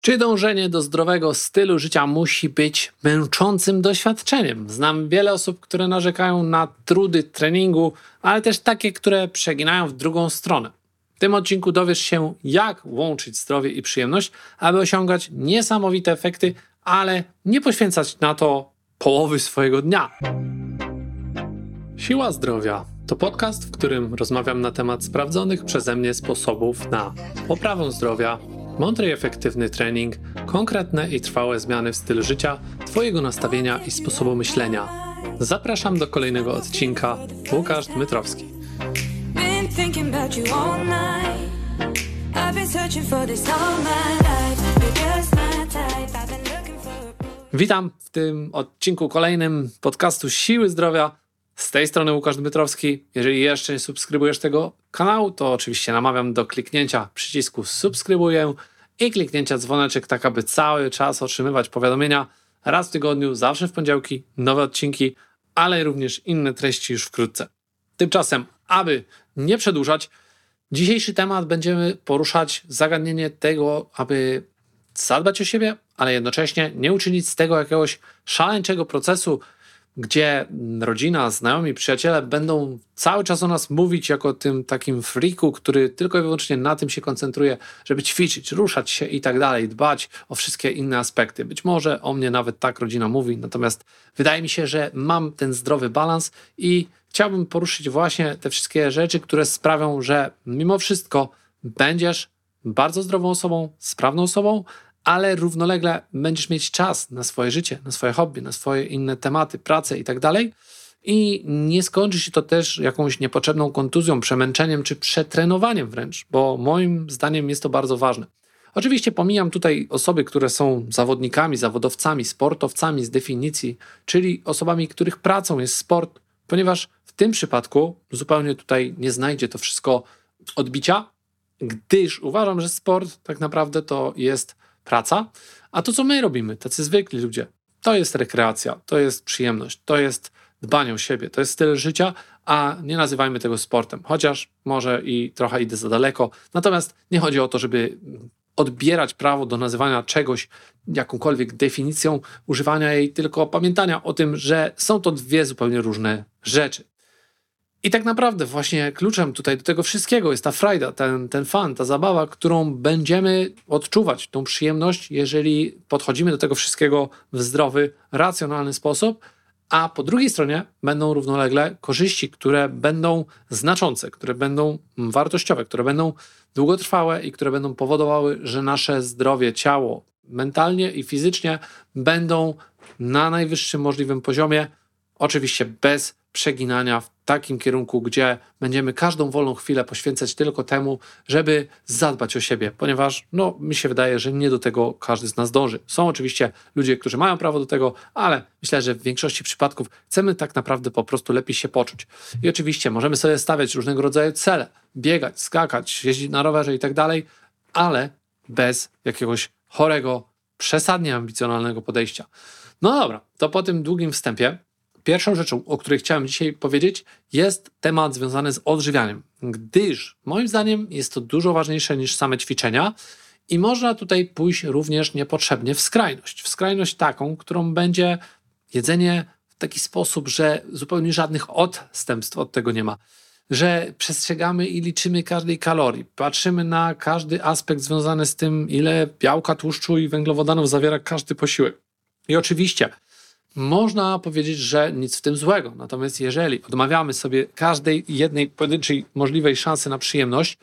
Czy dążenie do zdrowego stylu życia musi być męczącym doświadczeniem? Znam wiele osób, które narzekają na trudy treningu, ale też takie, które przeginają w drugą stronę. W tym odcinku dowiesz się, jak łączyć zdrowie i przyjemność, aby osiągać niesamowite efekty, ale nie poświęcać na to połowy swojego dnia. Siła Zdrowia to podcast, w którym rozmawiam na temat sprawdzonych przeze mnie sposobów na poprawę zdrowia, mądry i efektywny trening, konkretne i trwałe zmiany w stylu życia, Twojego nastawienia i sposobu myślenia. Zapraszam do kolejnego odcinka. Łukasz Dmytrowski. Witam w tym odcinku kolejnym podcastu Siły Zdrowia. Z tej strony Łukasz Dmytrowski. Jeżeli jeszcze nie subskrybujesz tego kanału, to oczywiście namawiam do kliknięcia przycisku subskrybuję i kliknięcia dzwoneczek, tak aby cały czas otrzymywać powiadomienia. Raz w tygodniu, zawsze w poniedziałki, nowe odcinki, ale również inne treści już wkrótce. Tymczasem, aby nie przedłużać, dzisiejszy temat będziemy poruszać zagadnienie tego, aby zadbać o siebie, ale jednocześnie nie uczynić z tego jakiegoś szaleńczego procesu, gdzie rodzina, znajomi, przyjaciele będą cały czas o nas mówić jako o tym takim freaku, który tylko i wyłącznie na tym się koncentruje, żeby ćwiczyć, ruszać się i tak dalej, dbać o wszystkie inne aspekty. Być może o mnie nawet tak rodzina mówi, natomiast wydaje mi się, że mam ten zdrowy balans i chciałbym poruszyć właśnie te wszystkie rzeczy, które sprawią, że mimo wszystko będziesz bardzo zdrową osobą, sprawną osobą, ale równolegle będziesz mieć czas na swoje życie, na swoje hobby, na swoje inne tematy, pracę i tak dalej. I nie skończy się to też jakąś niepotrzebną kontuzją, przemęczeniem czy przetrenowaniem wręcz, bo moim zdaniem jest to bardzo ważne. Oczywiście pomijam tutaj osoby, które są zawodnikami, zawodowcami, sportowcami z definicji, czyli osobami, których pracą jest sport, ponieważ w tym przypadku zupełnie tutaj nie znajdzie to wszystko odbicia, gdyż uważam, że sport tak naprawdę to jest praca, a to, co my robimy, tacy zwykli ludzie, to jest rekreacja, to jest przyjemność, to jest dbanie o siebie, to jest styl życia, a nie nazywajmy tego sportem, chociaż może i trochę idę za daleko, natomiast nie chodzi o to, żeby odbierać prawo do nazywania czegoś jakąkolwiek definicją, używania jej, tylko pamiętania o tym, że są to dwie zupełnie różne rzeczy. I tak naprawdę właśnie kluczem tutaj do tego wszystkiego jest ta frajda, ten fan, ta zabawa, którą będziemy odczuwać, tą przyjemność, jeżeli podchodzimy do tego wszystkiego w zdrowy, racjonalny sposób, a po drugiej stronie będą równolegle korzyści, które będą znaczące, które będą wartościowe, które będą długotrwałe i które będą powodowały, że nasze zdrowie, ciało, mentalnie i fizycznie będą na najwyższym możliwym poziomie, oczywiście bez przeginania w takim kierunku, gdzie będziemy każdą wolną chwilę poświęcać tylko temu, żeby zadbać o siebie, ponieważ mi się wydaje, że nie do tego każdy z nas dąży. Są oczywiście ludzie, którzy mają prawo do tego, ale myślę, że w większości przypadków chcemy tak naprawdę po prostu lepiej się poczuć. I oczywiście możemy sobie stawiać różnego rodzaju cele, biegać, skakać, jeździć na rowerze i tak dalej, ale bez jakiegoś chorego, przesadnie ambicjonalnego podejścia. No dobra, to po tym długim wstępie pierwszą rzeczą, o której chciałem dzisiaj powiedzieć, jest temat związany z odżywianiem, gdyż moim zdaniem jest to dużo ważniejsze niż same ćwiczenia i można tutaj pójść również niepotrzebnie w skrajność taką, którą będzie jedzenie w taki sposób, że zupełnie żadnych odstępstw od tego nie ma, że przestrzegamy i liczymy każdej kalorii, patrzymy na każdy aspekt związany z tym, ile białka, tłuszczu i węglowodanów zawiera każdy posiłek. I oczywiście można powiedzieć, że nic w tym złego. Natomiast jeżeli odmawiamy sobie każdej jednej pojedynczej możliwej szansy na przyjemność,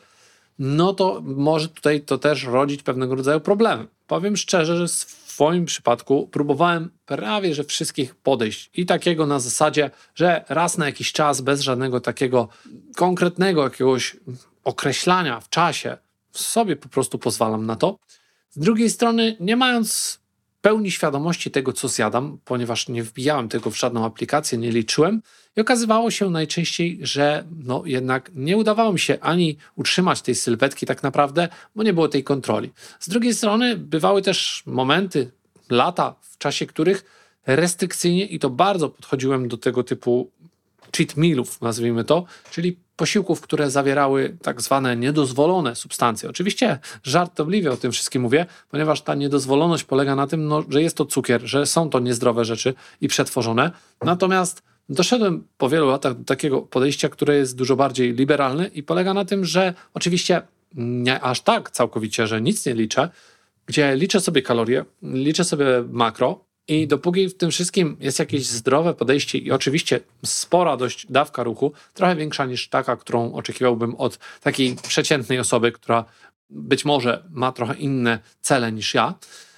to może tutaj to też rodzić pewnego rodzaju problemy. Powiem szczerze, że w swoim przypadku próbowałem prawie że wszystkich podejść i takiego na zasadzie, że raz na jakiś czas bez żadnego takiego konkretnego jakiegoś określania w czasie sobie po prostu pozwalam na to. Z drugiej strony, nie mając pełni świadomości tego, co zjadam, ponieważ nie wbijałem tego w żadną aplikację, nie liczyłem i okazywało się najczęściej, że jednak nie udawało mi się ani utrzymać tej sylwetki tak naprawdę, bo nie było tej kontroli. Z drugiej strony bywały też momenty, lata, w czasie których restrykcyjnie i to bardzo podchodziłem do tego typu cheat mealów, nazwijmy to, czyli posiłków, które zawierały tak zwane niedozwolone substancje. Oczywiście żartobliwie o tym wszystkim mówię, ponieważ ta niedozwoloność polega na tym, że jest to cukier, że są to niezdrowe rzeczy i przetworzone. Natomiast doszedłem po wielu latach do takiego podejścia, które jest dużo bardziej liberalne i polega na tym, że oczywiście nie aż tak całkowicie, że nic nie liczę, gdzie liczę sobie kalorie, liczę sobie makro i dopóki w tym wszystkim jest jakieś zdrowe podejście i oczywiście spora dość dawka ruchu, trochę większa niż taka, którą oczekiwałbym od takiej przeciętnej osoby, która być może ma trochę inne cele niż ja,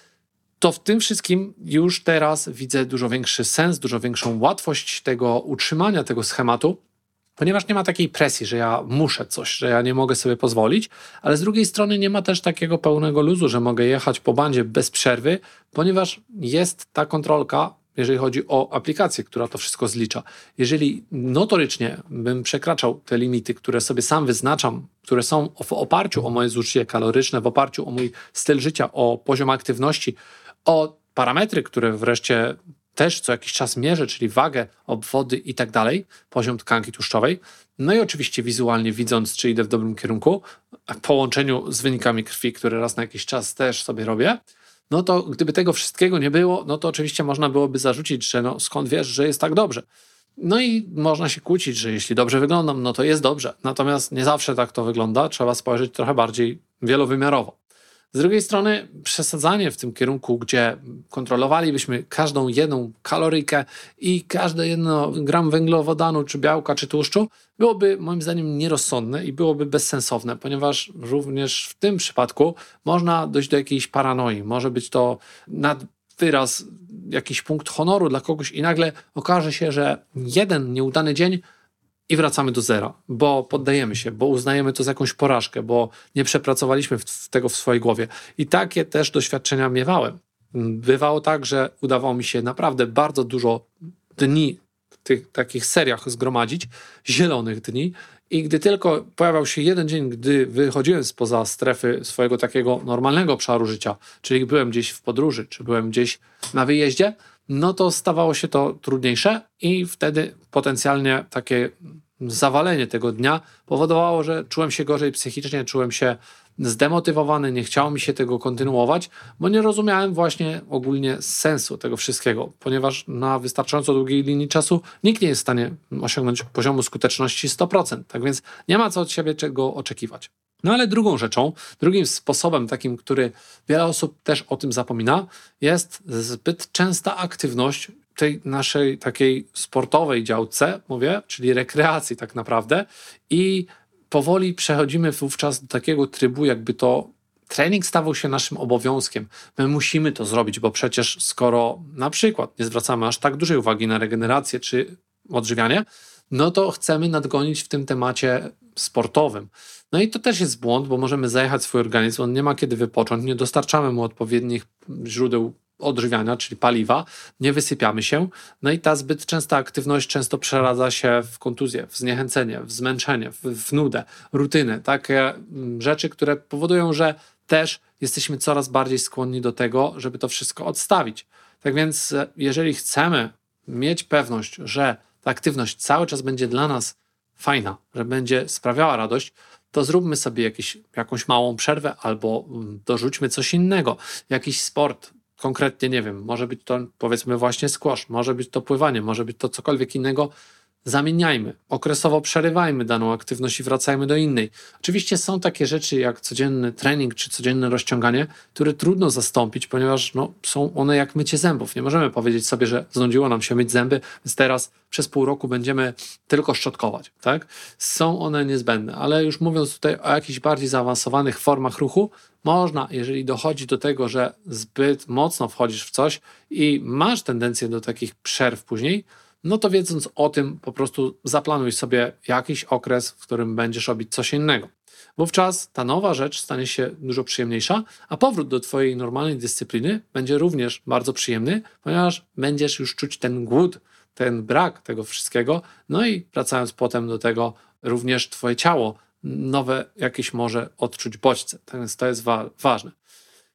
to w tym wszystkim już teraz widzę dużo większy sens, dużo większą łatwość tego utrzymania tego schematu, ponieważ nie ma takiej presji, że ja muszę coś, że ja nie mogę sobie pozwolić, ale z drugiej strony nie ma też takiego pełnego luzu, że mogę jechać po bandzie bez przerwy, ponieważ jest ta kontrolka, jeżeli chodzi o aplikację, która to wszystko zlicza. Jeżeli notorycznie bym przekraczał te limity, które sobie sam wyznaczam, które są w oparciu o moje zużycie kaloryczne, w oparciu o mój styl życia, o poziom aktywności, o parametry, które wreszcie też co jakiś czas mierzę, czyli wagę, obwody i tak dalej, poziom tkanki tłuszczowej. No i oczywiście wizualnie widząc, czy idę w dobrym kierunku, w połączeniu z wynikami krwi, które raz na jakiś czas też sobie robię, no to gdyby tego wszystkiego nie było, no to oczywiście można byłoby zarzucić, że no skąd wiesz, że jest tak dobrze. No i można się kłócić, że jeśli dobrze wyglądam, no to jest dobrze. Natomiast nie zawsze tak to wygląda, trzeba spojrzeć trochę bardziej wielowymiarowo. Z drugiej strony przesadzanie w tym kierunku, gdzie kontrolowalibyśmy każdą jedną kaloryjkę i każdy jedno gram węglowodanu, czy białka, czy tłuszczu, byłoby moim zdaniem nierozsądne i byłoby bezsensowne, ponieważ również w tym przypadku można dojść do jakiejś paranoi. Może być to nad wyraz jakiś punkt honoru dla kogoś i nagle okaże się, że jeden nieudany dzień i wracamy do zera, bo poddajemy się, bo uznajemy to za jakąś porażkę, bo nie przepracowaliśmy tego w swojej głowie. I takie też doświadczenia miewałem. Bywało tak, że udawało mi się naprawdę bardzo dużo dni w tych takich seriach zgromadzić, zielonych dni, i gdy tylko pojawiał się jeden dzień, gdy wychodziłem spoza strefy swojego takiego normalnego obszaru życia, czyli byłem gdzieś w podróży, czy byłem gdzieś na wyjeździe, no to stawało się to trudniejsze i wtedy potencjalnie takie zawalenie tego dnia powodowało, że czułem się gorzej psychicznie, czułem się zdemotywowany, nie chciało mi się tego kontynuować, bo nie rozumiałem właśnie ogólnie sensu tego wszystkiego, ponieważ na wystarczająco długiej linii czasu nikt nie jest w stanie osiągnąć poziomu skuteczności 100%, tak więc nie ma co od siebie czego oczekiwać. No ale drugą rzeczą, drugim sposobem takim, który wiele osób też o tym zapomina, jest zbyt częsta aktywność tej naszej takiej sportowej działce, mówię, czyli rekreacji tak naprawdę, i powoli przechodzimy wówczas do takiego trybu, jakby to trening stawał się naszym obowiązkiem. My musimy to zrobić, bo przecież skoro na przykład nie zwracamy aż tak dużej uwagi na regenerację czy odżywianie, no to chcemy nadgonić w tym temacie sportowym. No i to też jest błąd, bo możemy zajechać swój organizm, on nie ma kiedy wypocząć, nie dostarczamy mu odpowiednich źródeł odżywiania, czyli paliwa, nie wysypiamy się, no i ta zbyt częsta aktywność często przeradza się w kontuzję, w zniechęcenie, w zmęczenie, w nudę, rutynę, takie rzeczy, które powodują, że też jesteśmy coraz bardziej skłonni do tego, żeby to wszystko odstawić. Tak więc jeżeli chcemy mieć pewność, że ta aktywność cały czas będzie dla nas fajna, że będzie sprawiała radość, to zróbmy sobie jakąś małą przerwę albo dorzućmy coś innego, jakiś sport. Konkretnie, nie wiem, może być to powiedzmy właśnie squash, może być to pływanie, może być to cokolwiek innego. Zamieniajmy, okresowo przerywajmy daną aktywność i wracajmy do innej. Oczywiście są takie rzeczy jak codzienny trening czy codzienne rozciąganie, które trudno zastąpić, ponieważ są one jak mycie zębów. Nie możemy powiedzieć sobie, że znudziło nam się myć zęby, więc teraz przez pół roku będziemy tylko szczotkować. Tak? Są one niezbędne, ale już mówiąc tutaj o jakichś bardziej zaawansowanych formach ruchu, można, jeżeli dochodzi do tego, że zbyt mocno wchodzisz w coś i masz tendencję do takich przerw później, no to wiedząc o tym, po prostu zaplanuj sobie jakiś okres, w którym będziesz robić coś innego. Wówczas ta nowa rzecz stanie się dużo przyjemniejsza, a powrót do twojej normalnej dyscypliny będzie również bardzo przyjemny, ponieważ będziesz już czuć ten głód, ten brak tego wszystkiego, no i wracając potem do tego, również twoje ciało nowe jakieś może odczuć bodźce. Tak więc to jest ważne.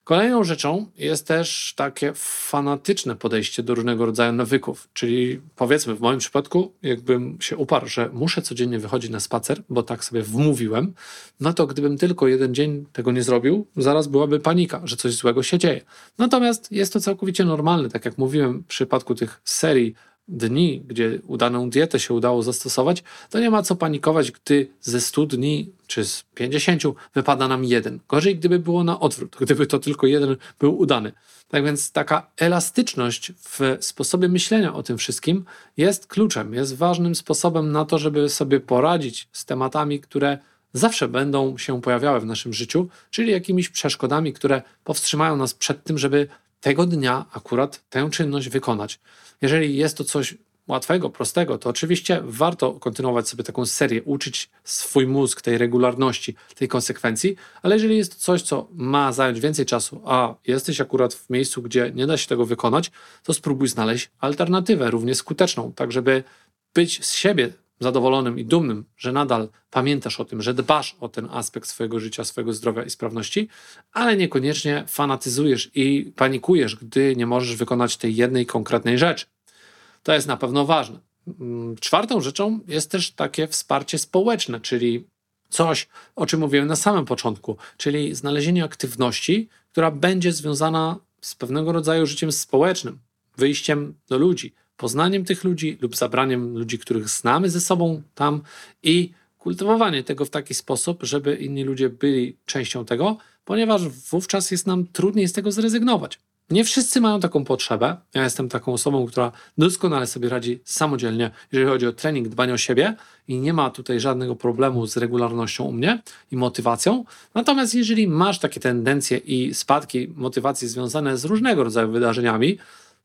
Kolejną rzeczą jest też takie fanatyczne podejście do różnego rodzaju nawyków, czyli powiedzmy w moim przypadku, jakbym się uparł, że muszę codziennie wychodzić na spacer, bo tak sobie wmówiłem, no to gdybym tylko jeden dzień tego nie zrobił, zaraz byłaby panika, że coś złego się dzieje. Natomiast jest to całkowicie normalne, tak jak mówiłem w przypadku tych serii dni, gdzie udaną dietę się udało zastosować, to nie ma co panikować, gdy ze 100 dni czy z 50 wypada nam jeden. Gorzej, gdyby było na odwrót, gdyby to tylko jeden był udany. Tak więc taka elastyczność w sposobie myślenia o tym wszystkim jest kluczem, jest ważnym sposobem na to, żeby sobie poradzić z tematami, które zawsze będą się pojawiały w naszym życiu, czyli jakimiś przeszkodami, które powstrzymają nas przed tym, żeby tego dnia akurat tę czynność wykonać. Jeżeli jest to coś łatwego, prostego, to oczywiście warto kontynuować sobie taką serię, uczyć swój mózg tej regularności, tej konsekwencji, ale jeżeli jest to coś, co ma zająć więcej czasu, a jesteś akurat w miejscu, gdzie nie da się tego wykonać, to spróbuj znaleźć alternatywę równie skuteczną, tak żeby być z siebie zadowolonym i dumnym, że nadal pamiętasz o tym, że dbasz o ten aspekt swojego życia, swojego zdrowia i sprawności, ale niekoniecznie fanatyzujesz i panikujesz, gdy nie możesz wykonać tej jednej konkretnej rzeczy. To jest na pewno ważne. Czwartą rzeczą jest też takie wsparcie społeczne, czyli coś, o czym mówiłem na samym początku, czyli znalezienie aktywności, która będzie związana z pewnego rodzaju życiem społecznym, wyjściem do ludzi, poznaniem tych ludzi lub zabraniem ludzi, których znamy ze sobą tam i kultywowanie tego w taki sposób, żeby inni ludzie byli częścią tego, ponieważ wówczas jest nam trudniej z tego zrezygnować. Nie wszyscy mają taką potrzebę. Ja jestem taką osobą, która doskonale sobie radzi samodzielnie, jeżeli chodzi o trening, dbanie o siebie i nie ma tutaj żadnego problemu z regularnością u mnie i motywacją. Natomiast jeżeli masz takie tendencje i spadki motywacji związane z różnego rodzaju wydarzeniami,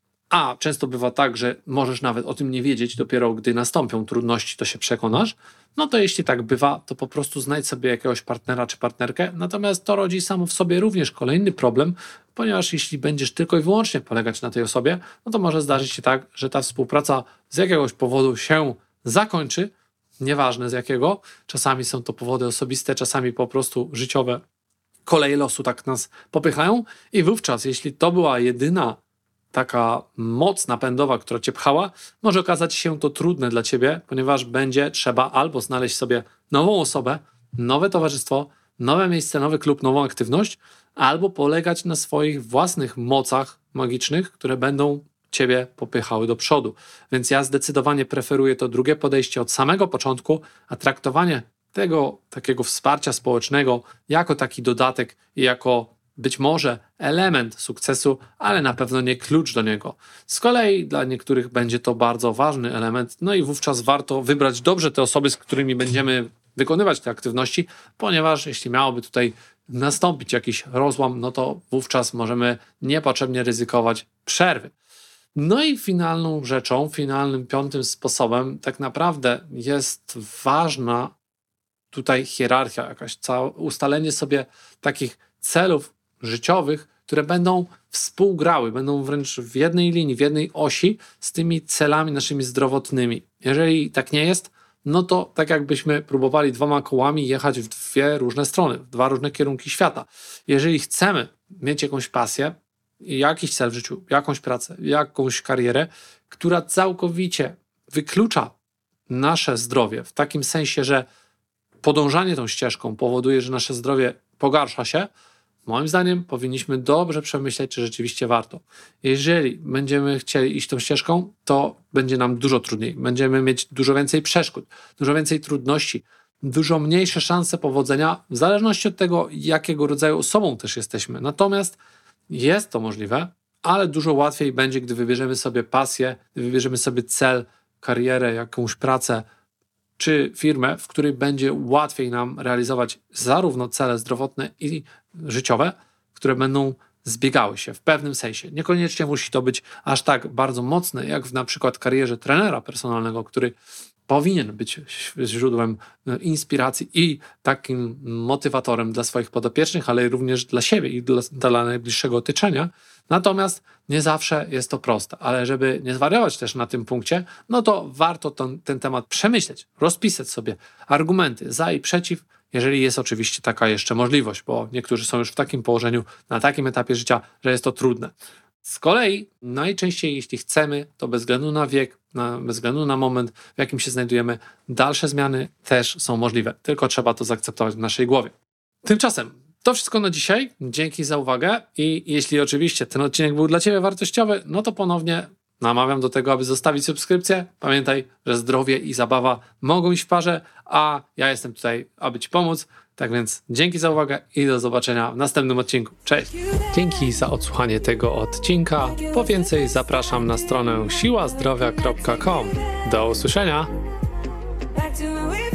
a często bywa tak, że możesz nawet o tym nie wiedzieć, dopiero gdy nastąpią trudności, to się przekonasz, no to jeśli tak bywa, to po prostu znajdź sobie jakiegoś partnera czy partnerkę, natomiast to rodzi samo w sobie również kolejny problem, ponieważ jeśli będziesz tylko i wyłącznie polegać na tej osobie, no to może zdarzyć się tak, że ta współpraca z jakiegoś powodu się zakończy, nieważne z jakiego, czasami są to powody osobiste, czasami po prostu życiowe, koleje losu tak nas popychają i wówczas, jeśli to była jedyna taka moc napędowa, która cię pchała, może okazać się to trudne dla ciebie, ponieważ będzie trzeba albo znaleźć sobie nową osobę, nowe towarzystwo, nowe miejsce, nowy klub, nową aktywność, albo polegać na swoich własnych mocach magicznych, które będą ciebie popychały do przodu. Więc ja zdecydowanie preferuję to drugie podejście od samego początku, a traktowanie tego takiego wsparcia społecznego jako taki dodatek i jako być może element sukcesu, ale na pewno nie klucz do niego. Z kolei dla niektórych będzie to bardzo ważny element, no i wówczas warto wybrać dobrze te osoby, z którymi będziemy wykonywać te aktywności, ponieważ jeśli miałoby tutaj nastąpić jakiś rozłam, no to wówczas możemy niepotrzebnie ryzykować przerwy. No i finalną rzeczą, finalnym piątym sposobem tak naprawdę jest ważna tutaj hierarchia jakaś, ustalenie sobie takich celów życiowych, które będą współgrały, będą wręcz w jednej linii, w jednej osi z tymi celami naszymi zdrowotnymi. Jeżeli tak nie jest, no to tak jakbyśmy próbowali dwoma kołami jechać w dwie różne strony, w dwa różne kierunki świata. Jeżeli chcemy mieć jakąś pasję, jakiś cel w życiu, jakąś pracę, jakąś karierę, która całkowicie wyklucza nasze zdrowie, w takim sensie, że podążanie tą ścieżką powoduje, że nasze zdrowie pogarsza się, moim zdaniem powinniśmy dobrze przemyśleć, czy rzeczywiście warto. Jeżeli będziemy chcieli iść tą ścieżką, to będzie nam dużo trudniej. Będziemy mieć dużo więcej przeszkód, dużo więcej trudności, dużo mniejsze szanse powodzenia, w zależności od tego, jakiego rodzaju osobą też jesteśmy. Natomiast jest to możliwe, ale dużo łatwiej będzie, gdy wybierzemy sobie pasję, gdy wybierzemy sobie cel, karierę, jakąś pracę, czy firmę, w której będzie łatwiej nam realizować zarówno cele zdrowotne i życiowe, które będą zbiegały się w pewnym sensie. Niekoniecznie musi to być aż tak bardzo mocne, jak w na przykład karierze trenera personalnego, który powinien być źródłem inspiracji i takim motywatorem dla swoich podopiecznych, ale również dla siebie i dla najbliższego otoczenia. Natomiast nie zawsze jest to proste, ale żeby nie zwariować też na tym punkcie, no to warto ten temat przemyśleć, rozpisać sobie argumenty za i przeciw jeżeli jest oczywiście taka jeszcze możliwość, bo niektórzy są już w takim położeniu, na takim etapie życia, że jest to trudne. Z kolei najczęściej, jeśli chcemy, to bez względu na wiek, bez względu na moment, w jakim się znajdujemy, dalsze zmiany też są możliwe. Tylko trzeba to zaakceptować w naszej głowie. Tymczasem to wszystko na dzisiaj. Dzięki za uwagę i jeśli oczywiście ten odcinek był dla Ciebie wartościowy, no to ponownie namawiam do tego, aby zostawić subskrypcję. Pamiętaj, że zdrowie i zabawa mogą iść w parze, a ja jestem tutaj, aby Ci pomóc. Tak więc dzięki za uwagę i do zobaczenia w następnym odcinku. Cześć! Dzięki za odsłuchanie tego odcinka. Po więcej zapraszam na stronę siłazdrowia.com. Do usłyszenia!